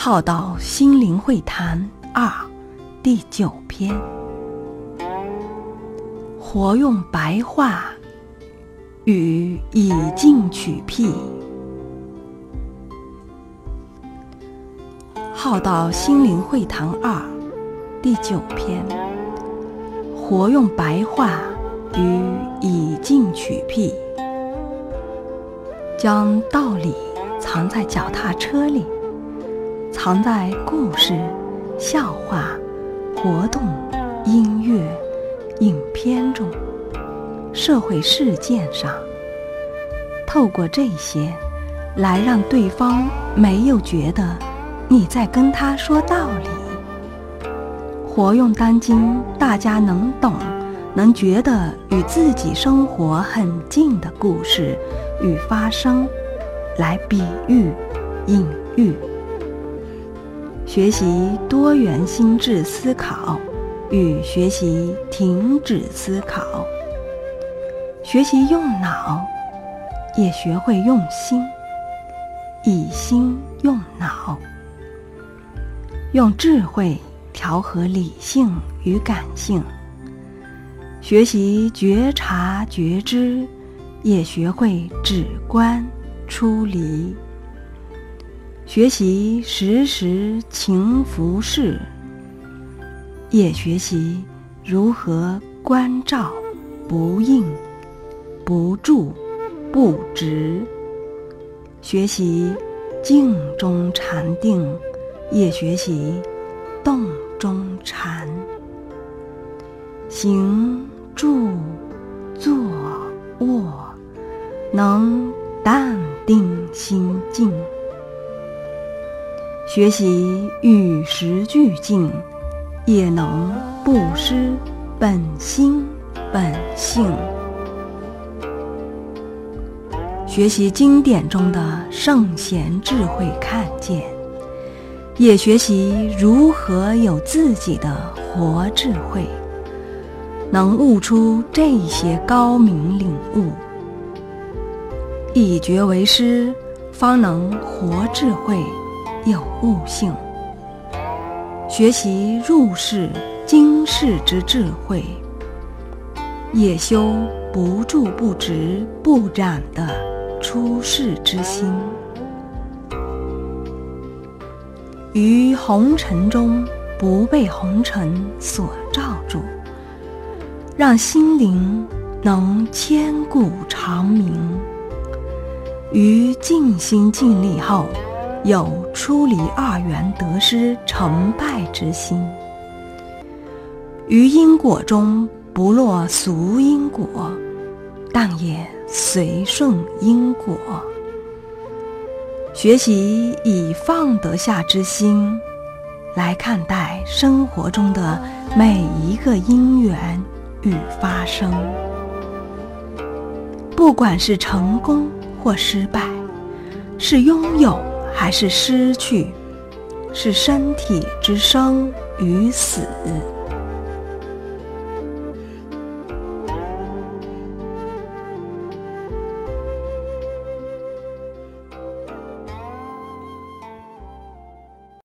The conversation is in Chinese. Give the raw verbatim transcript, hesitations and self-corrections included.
浩道心灵会谈二第九篇，活用白话与以镜取癖。浩道心灵会谈二第九篇，活用白话与以镜取癖。将道理藏在脚踏车里，藏在故事、笑话、活动、音乐、影片中，社会事件上，透过这些来让对方没有觉得你在跟他说道理。活用当今大家能懂、能觉得与自己生活很近的故事与发生来比喻、隐喻。学习多元心智思考与学习停止思考，学习用脑，也学会用心，以心用脑，用智慧调和理性与感性，学习觉察觉知，也学会止观出离，学习时时勤拂拭，也学习如何关照不应、不住、不执，学习静中禅定，也学习动中禅。行住坐卧，能淡定心静，学习与时俱进，也能不失本心本性。学习经典中的圣贤智慧看见，也学习如何有自己的活智慧，能悟出这些高明领悟。以觉为师，方能活智慧，有悟性。学习入世经世之智慧，也修不住不执不染的出世之心。于红尘中不被红尘所罩住，让心灵能千古长明。于尽心尽力后，有出离二元得失成败之心。于因果中不落俗因果，但也随顺因果。学习以放得下之心来看待生活中的每一个因缘与发生，不管是成功或失败，是拥有还是失去，是身体之生与死，